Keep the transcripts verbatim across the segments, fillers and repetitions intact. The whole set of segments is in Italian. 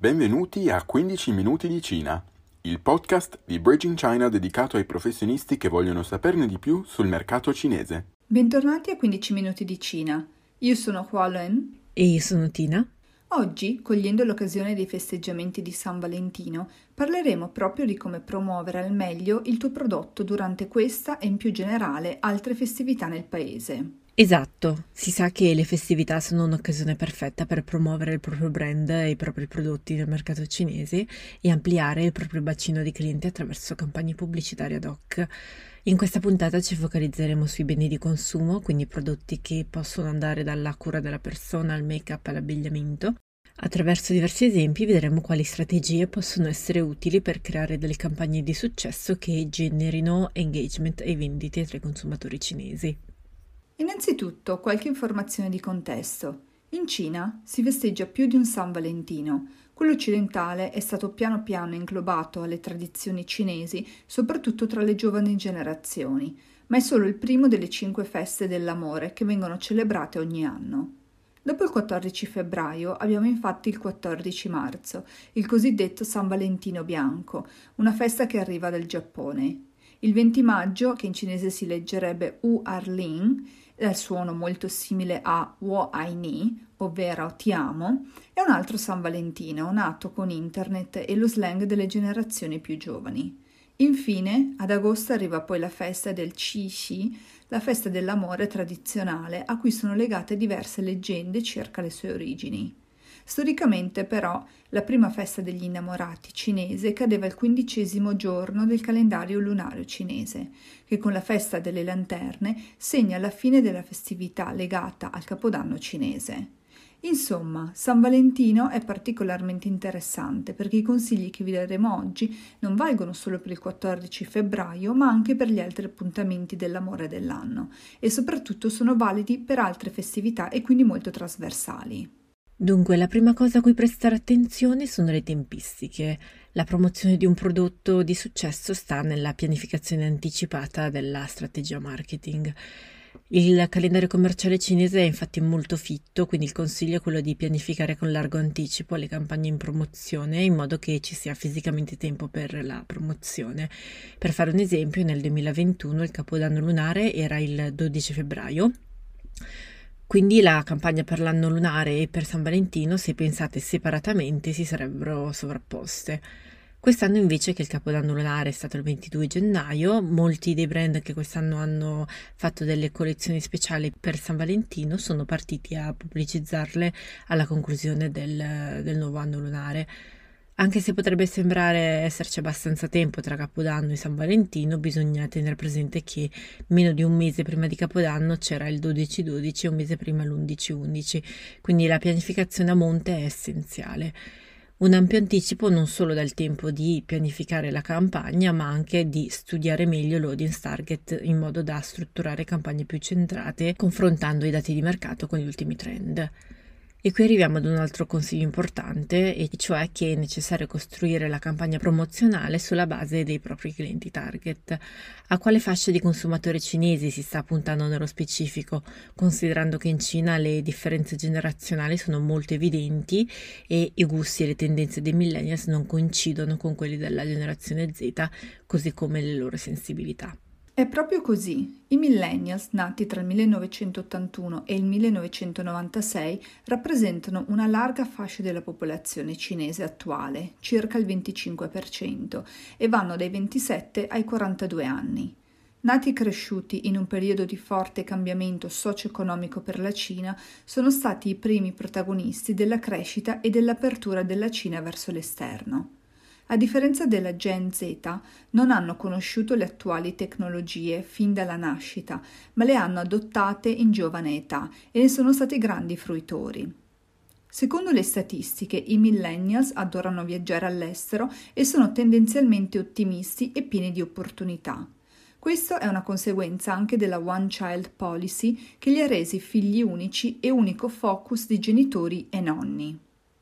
Benvenuti a quindici minuti di Cina, il podcast di Bridging China dedicato ai professionisti che vogliono saperne di più sul mercato cinese. Bentornati a quindici minuti di Cina. Io sono Hua Luen. E io sono Tina. Oggi, cogliendo l'occasione dei festeggiamenti di San Valentino, parleremo proprio di come promuovere al meglio il tuo prodotto durante questa e in più generale altre festività nel paese. Esatto, si sa che le festività sono un'occasione perfetta per promuovere il proprio brand e i propri prodotti nel mercato cinese e ampliare il proprio bacino di clienti attraverso campagne pubblicitarie ad hoc. In questa puntata ci focalizzeremo sui beni di consumo, quindi prodotti che possono andare dalla cura della persona al make-up all'abbigliamento. Attraverso diversi esempi vedremo quali strategie possono essere utili per creare delle campagne di successo che generino engagement e vendite tra i consumatori cinesi. Innanzitutto, qualche informazione di contesto. In Cina si festeggia più di un San Valentino. Quello occidentale è stato piano piano inglobato alle tradizioni cinesi, soprattutto tra le giovani generazioni, ma è solo il primo delle cinque feste dell'amore che vengono celebrate ogni anno. Dopo il quattordici febbraio abbiamo infatti il quattordici marzo, il cosiddetto San Valentino bianco, una festa che arriva dal Giappone. Il venti maggio, che in cinese si leggerebbe U Arlin, dal suono molto simile a Wo Ai Ni, ovvero ti amo, è un altro San Valentino nato con internet e lo slang delle generazioni più giovani. Infine, ad agosto arriva poi la festa del Qixi, la festa dell'amore tradizionale a cui sono legate diverse leggende circa le sue origini. Storicamente, però, la prima festa degli innamorati cinese cadeva il quindicesimo giorno del calendario lunario cinese, che con la festa delle lanterne segna la fine della festività legata al Capodanno cinese. Insomma, San Valentino è particolarmente interessante perché i consigli che vi daremo oggi non valgono solo per il quattordici febbraio, ma anche per gli altri appuntamenti dell'amore dell'anno e soprattutto sono validi per altre festività e quindi molto trasversali. Dunque, la prima cosa a cui prestare attenzione sono le tempistiche. La promozione di un prodotto di successo sta nella pianificazione anticipata della strategia marketing. Il calendario commerciale cinese è infatti molto fitto, quindi il consiglio è quello di pianificare con largo anticipo le campagne in promozione in modo che ci sia fisicamente tempo per la promozione. Per fare un esempio, nel duemilaventuno il Capodanno lunare era il dodici febbraio. Quindi la campagna per l'anno lunare e per San Valentino, se pensate separatamente, si sarebbero sovrapposte. Quest'anno invece che il Capodanno lunare è stato il ventidue gennaio, molti dei brand che quest'anno hanno fatto delle collezioni speciali per San Valentino sono partiti a pubblicizzarle alla conclusione del, del nuovo anno lunare. Anche se potrebbe sembrare esserci abbastanza tempo tra Capodanno e San Valentino, bisogna tenere presente che meno di un mese prima di Capodanno c'era il dodici dodici e un mese prima l'undici undici, quindi la pianificazione a monte è essenziale. Un ampio anticipo non solo dà il tempo di pianificare la campagna, ma anche di studiare meglio l'audience target in modo da strutturare campagne più centrate, confrontando i dati di mercato con gli ultimi trend. E qui arriviamo ad un altro consiglio importante, e cioè che è necessario costruire la campagna promozionale sulla base dei propri clienti target. A quale fascia di consumatori cinesi si sta puntando nello specifico, considerando che in Cina le differenze generazionali sono molto evidenti e i gusti e le tendenze dei millennials non coincidono con quelli della generazione Z, così come le loro sensibilità. È proprio così. I millennials nati tra il millenovecentottantuno e il millenovecentonovantasei rappresentano una larga fascia della popolazione cinese attuale, circa il venticinque per cento, e vanno dai ventisette ai quarantadue anni. Nati e cresciuti in un periodo di forte cambiamento socio-economico per la Cina, sono stati i primi protagonisti della crescita e dell'apertura della Cina verso l'esterno. A differenza della Gen Z, non hanno conosciuto le attuali tecnologie fin dalla nascita, ma le hanno adottate in giovane età e ne sono stati grandi fruitori. Secondo le statistiche, i millennials adorano viaggiare all'estero e sono tendenzialmente ottimisti e pieni di opportunità. Questo è una conseguenza anche della One Child Policy che li ha resi figli unici e unico focus di genitori e nonni.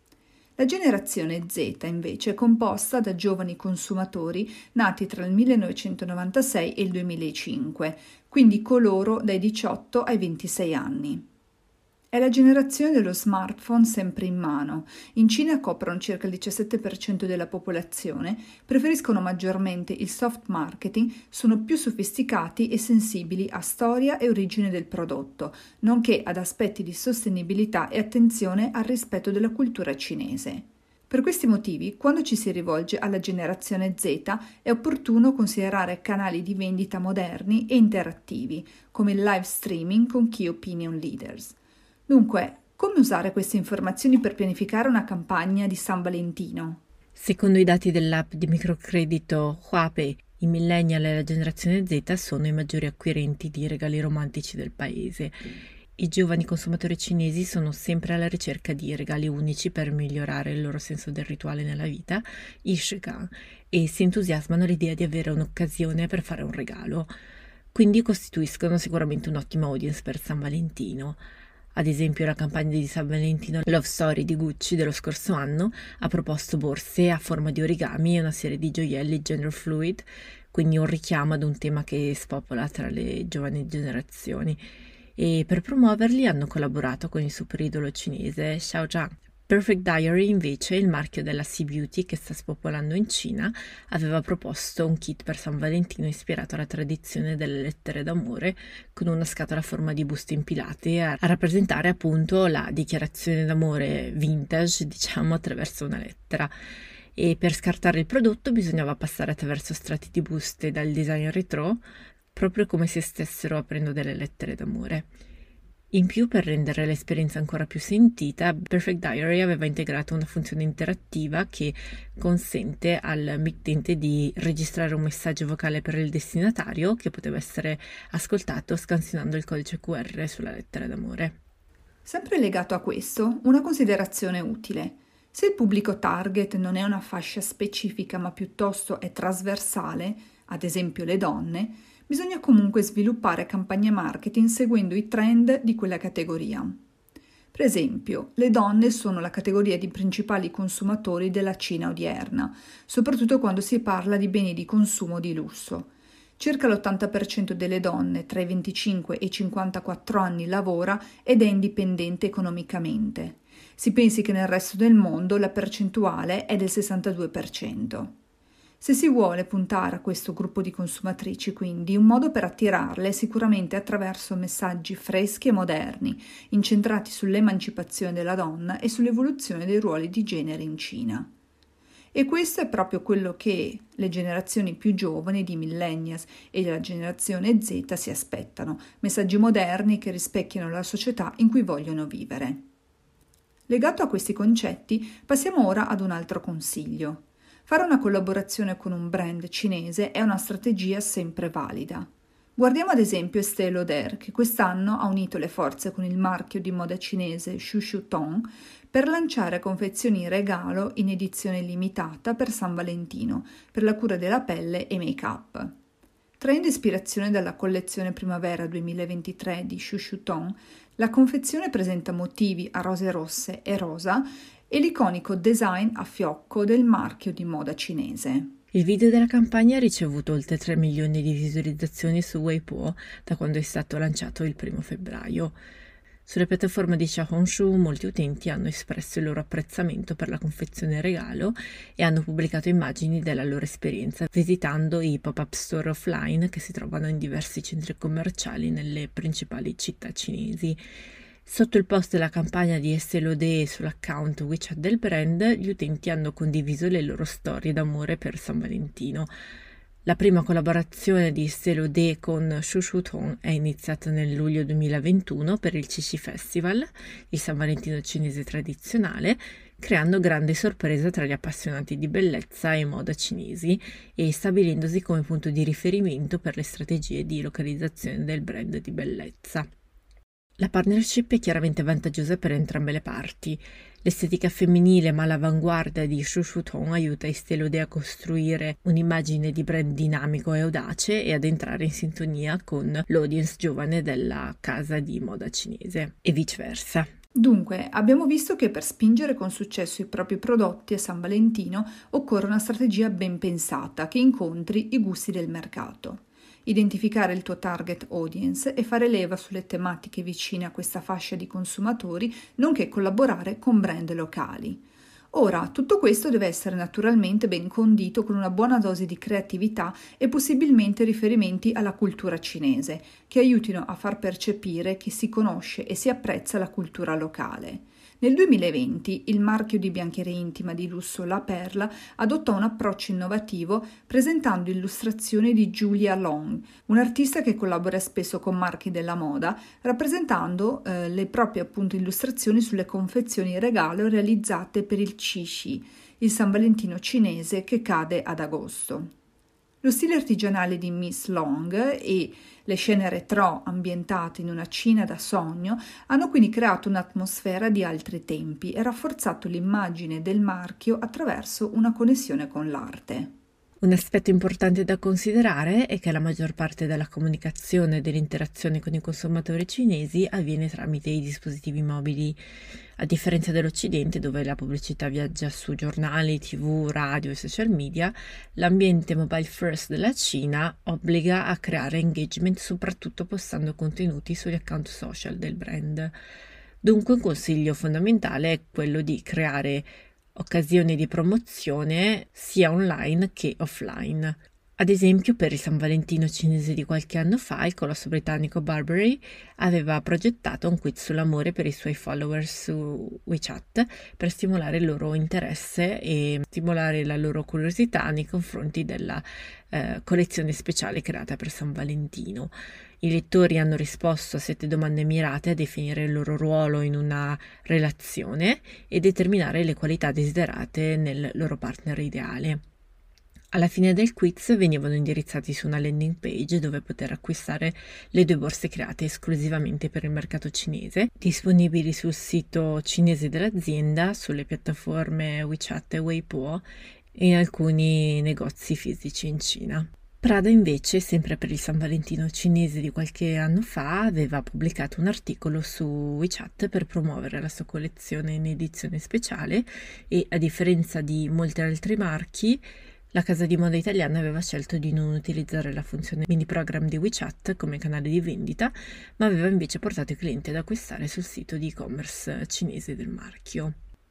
La generazione Z invece è composta da giovani consumatori nati tra il millenovecentonovantasei e il duemilacinque, quindi coloro dai diciotto ai ventisei anni. È la generazione dello smartphone sempre in mano. In Cina coprono circa il diciassette per cento della popolazione, preferiscono maggiormente il soft marketing, sono più sofisticati e sensibili a storia e origine del prodotto, nonché ad aspetti di sostenibilità e attenzione al rispetto della cultura cinese. Per questi motivi, quando ci si rivolge alla generazione Z, è opportuno considerare canali di vendita moderni e interattivi, come il live streaming con key opinion leaders. Dunque, come usare queste informazioni per pianificare una campagna di San Valentino? Secondo i dati dell'app di microcredito Huapei, i millennial e la generazione Z sono i maggiori acquirenti di regali romantici del paese. I giovani consumatori cinesi sono sempre alla ricerca di regali unici per migliorare il loro senso del rituale nella vita, Yishigang, e si entusiasmano all'idea di avere un'occasione per fare un regalo. Quindi costituiscono sicuramente un'ottima audience per San Valentino. Ad esempio, la campagna di San Valentino Love Story di Gucci dello scorso anno ha proposto borse a forma di origami e una serie di gioielli gender fluid, quindi un richiamo ad un tema che spopola tra le giovani generazioni. E per promuoverli hanno collaborato con il superidolo cinese Xiao Zhang. Perfect Diary, invece, il marchio della C-Beauty che sta spopolando in Cina, aveva proposto un kit per San Valentino ispirato alla tradizione delle lettere d'amore, con una scatola a forma di buste impilate a, a rappresentare appunto la dichiarazione d'amore vintage, diciamo, attraverso una lettera. E per scartare il prodotto bisognava passare attraverso strati di buste dal design retro, proprio come se stessero aprendo delle lettere d'amore. In più, per rendere l'esperienza ancora più sentita, Perfect Diary aveva integrato una funzione interattiva che consente al mittente di registrare un messaggio vocale per il destinatario che poteva essere ascoltato scansionando il codice Q R sulla lettera d'amore. Sempre legato a questo, una considerazione utile. Se il pubblico target non è una fascia specifica ma piuttosto è trasversale, ad esempio le donne, bisogna comunque sviluppare campagne marketing seguendo i trend di quella categoria. Per esempio, le donne sono la categoria di principali consumatori della Cina odierna, soprattutto quando si parla di beni di consumo di lusso. Circa l'ottanta per cento delle donne tra i venticinque e i cinquantaquattro anni lavora ed è indipendente economicamente. Si pensi che nel resto del mondo la percentuale è del sessantadue per cento. Se si vuole puntare a questo gruppo di consumatrici, quindi, un modo per attirarle è sicuramente attraverso messaggi freschi e moderni, incentrati sull'emancipazione della donna e sull'evoluzione dei ruoli di genere in Cina. E questo è proprio quello che le generazioni più giovani di millennials e la generazione Z si aspettano, messaggi moderni che rispecchiano la società in cui vogliono vivere. Legato a questi concetti, passiamo ora ad un altro consiglio. Fare una collaborazione con un brand cinese è una strategia sempre valida. Guardiamo ad esempio Estée Lauder, che quest'anno ha unito le forze con il marchio di moda cinese Shu Shu Tong per lanciare confezioni regalo in edizione limitata per San Valentino, per la cura della pelle e make-up. Traendo ispirazione dalla collezione primavera duemilaventitré di Shu Shu Tong, la confezione presenta motivi a rose rosse e rosa e l'iconico design a fiocco del marchio di moda cinese. Il video della campagna ha ricevuto oltre tre milioni di visualizzazioni su Weibo da quando è stato lanciato il primo febbraio. Sulle piattaforme di Xiaohongshu molti utenti hanno espresso il loro apprezzamento per la confezione regalo e hanno pubblicato immagini della loro esperienza visitando i pop-up store offline che si trovano in diversi centri commerciali nelle principali città cinesi. Sotto il post della campagna di Estée Lauder sull'account WeChat del brand, gli utenti hanno condiviso le loro storie d'amore per San Valentino. La prima collaborazione di Estée Lauder con Shu Shu Tong è iniziata nel luglio duemilaventuno per il Qixi Festival, il San Valentino cinese tradizionale, creando grande sorpresa tra gli appassionati di bellezza e moda cinesi e stabilendosi come punto di riferimento per le strategie di localizzazione del brand di bellezza. La partnership è chiaramente vantaggiosa per entrambe le parti. L'estetica femminile ma all'avanguardia di Shu Shu Tong aiuta Estée Lauder a costruire un'immagine di brand dinamico e audace e ad entrare in sintonia con l'audience giovane della casa di moda cinese e viceversa. Dunque, abbiamo visto che per spingere con successo i propri prodotti a San Valentino occorre una strategia ben pensata che incontri i gusti del mercato. identificare il tuo target audience e fare leva sulle tematiche vicine a questa fascia di consumatori, nonché collaborare con brand locali. Ora, tutto questo deve essere naturalmente ben condito con una buona dose di creatività e possibilmente riferimenti alla cultura cinese, che aiutino a far percepire che si conosce e si apprezza la cultura locale. Nel duemilaventi il marchio di biancheria intima di lusso La Perla adottò un approccio innovativo presentando illustrazioni di Julia Long, un'artista che collabora spesso con marchi della moda, rappresentando eh, le proprie appunto illustrazioni sulle confezioni regalo realizzate per il Qixi, il San Valentino cinese che cade ad agosto. Lo stile artigianale di Miss Long e le scene retro ambientate in una Cina da sogno hanno quindi creato un'atmosfera di altri tempi e rafforzato l'immagine del marchio attraverso una connessione con l'arte. Un aspetto importante da considerare è che la maggior parte della comunicazione e dell'interazione con i consumatori cinesi avviene tramite i dispositivi mobili, a differenza dell'Occidente dove la pubblicità viaggia su giornali, tivù, radio e social media. L'ambiente mobile first della Cina obbliga a creare engagement soprattutto postando contenuti sugli account social del brand. Dunque un consiglio fondamentale è quello di creare occasioni di promozione sia online che offline. Ad esempio, per il San Valentino cinese di qualche anno fa, il colosso britannico Burberry aveva progettato un quiz sull'amore per i suoi followers su WeChat per stimolare il loro interesse e stimolare la loro curiosità nei confronti della eh, collezione speciale creata per San Valentino. I lettori hanno risposto a sette domande mirate a definire il loro ruolo in una relazione e determinare le qualità desiderate nel loro partner ideale. Alla fine del quiz venivano indirizzati su una landing page dove poter acquistare le due borse create esclusivamente per il mercato cinese, disponibili sul sito cinese dell'azienda, sulle piattaforme WeChat e Weibo e in alcuni negozi fisici in Cina. Prada invece, sempre per il San Valentino cinese di qualche anno fa, aveva pubblicato un articolo su WeChat per promuovere la sua collezione in edizione speciale e, a differenza di molti altri marchi, la casa di moda italiana aveva scelto di non utilizzare la funzione mini program di WeChat come canale di vendita, ma aveva invece portato i clienti ad acquistare sul sito di e-commerce cinese del marchio.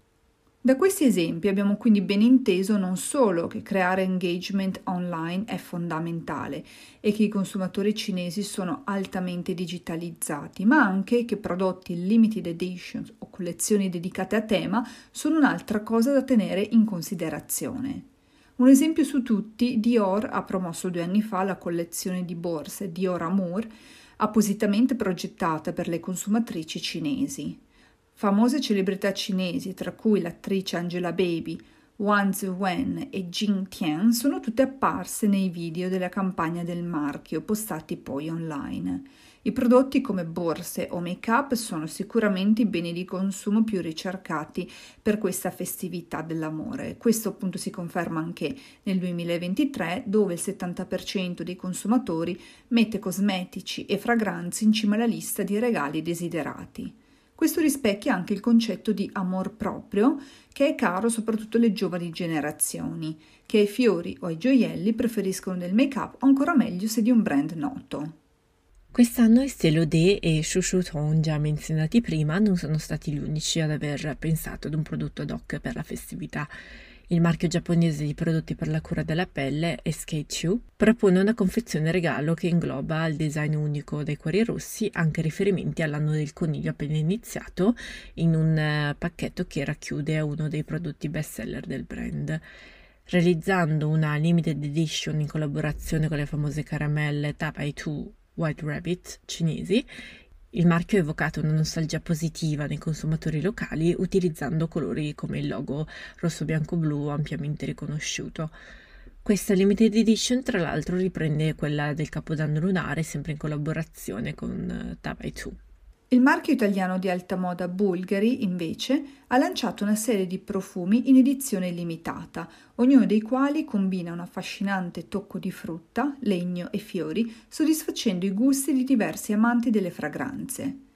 Da questi esempi abbiamo quindi ben inteso non solo che creare engagement online è fondamentale e che i consumatori cinesi sono altamente digitalizzati, ma anche che prodotti limited edition o collezioni dedicate a tema sono un'altra cosa da tenere in considerazione. Un esempio su tutti, Dior ha promosso due anni fa la collezione di borse Dior Amour, appositamente progettata per le consumatrici cinesi. Famose celebrità cinesi, tra cui l'attrice Angela Baby, Wang Ziwen e Jing Tian, sono tutte apparse nei video della campagna del marchio, postati poi online. I prodotti come borse o make-up sono sicuramente i beni di consumo più ricercati per questa festività dell'amore. Questo appunto si conferma anche nel duemilaventitré, dove il settanta per cento dei consumatori mette cosmetici e fragranze in cima alla lista di regali desiderati. Questo rispecchia anche il concetto di amor proprio, che è caro soprattutto alle giovani generazioni, che ai fiori o ai gioielli preferiscono del make-up o ancora meglio se di un brand noto. Quest'anno Estée Lauder e Shu Shuton, già menzionati prima, non sono stati gli unici ad aver pensato ad un prodotto ad hoc per la festività. Il marchio giapponese di prodotti per la cura della pelle, S K due, propone una confezione regalo che ingloba il design unico dei cuori rossi, anche riferimenti all'anno del coniglio appena iniziato, in un pacchetto che racchiude uno dei prodotti best seller del brand. Realizzando una limited edition in collaborazione con le famose caramelle Tapai due White Rabbit cinesi, il marchio ha evocato una nostalgia positiva nei consumatori locali utilizzando colori come il logo rosso-bianco-blu ampiamente riconosciuto. Questa limited edition tra l'altro riprende quella del Capodanno lunare, sempre in collaborazione con Tapai due. Il marchio italiano di alta moda Bulgari, invece, ha lanciato una serie di profumi in edizione limitata, ognuno dei quali combina un affascinante tocco di frutta, legno e fiori, soddisfacendo i gusti di diversi amanti delle fragranze.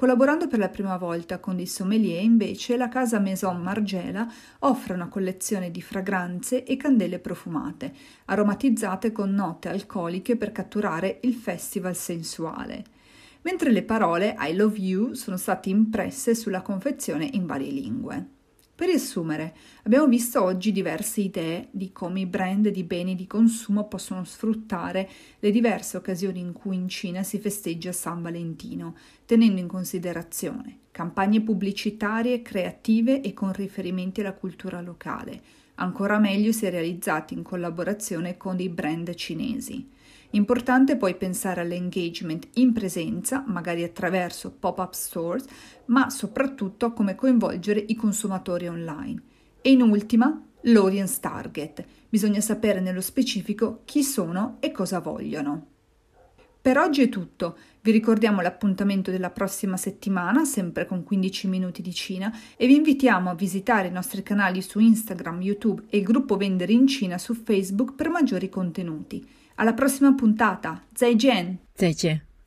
Collaborando per la prima volta con dei sommelier, invece, la casa Maison Margiela offre una collezione di fragranze e candele profumate, aromatizzate con note alcoliche per catturare il festival sensuale, mentre le parole I love you sono state impresse sulla confezione in varie lingue. Per riassumere, abbiamo visto oggi diverse idee di come i brand di beni di consumo possono sfruttare le diverse occasioni in cui in Cina si festeggia San Valentino, tenendo in considerazione campagne pubblicitarie creative e con riferimenti alla cultura locale, ancora meglio se realizzati in collaborazione con dei brand cinesi. Importante poi pensare all'engagement in presenza, magari attraverso pop-up stores, ma soprattutto a come coinvolgere i consumatori online. E in ultima, l'audience target. Bisogna sapere nello specifico chi sono e cosa vogliono. Per oggi è tutto. Vi ricordiamo l'appuntamento della prossima settimana, sempre con quindici minuti di Cina, e vi invitiamo a visitare i nostri canali su Instagram, YouTube e il gruppo Vendere in Cina su Facebook per maggiori contenuti. Alla prossima puntata. Zaijian! Zaijian!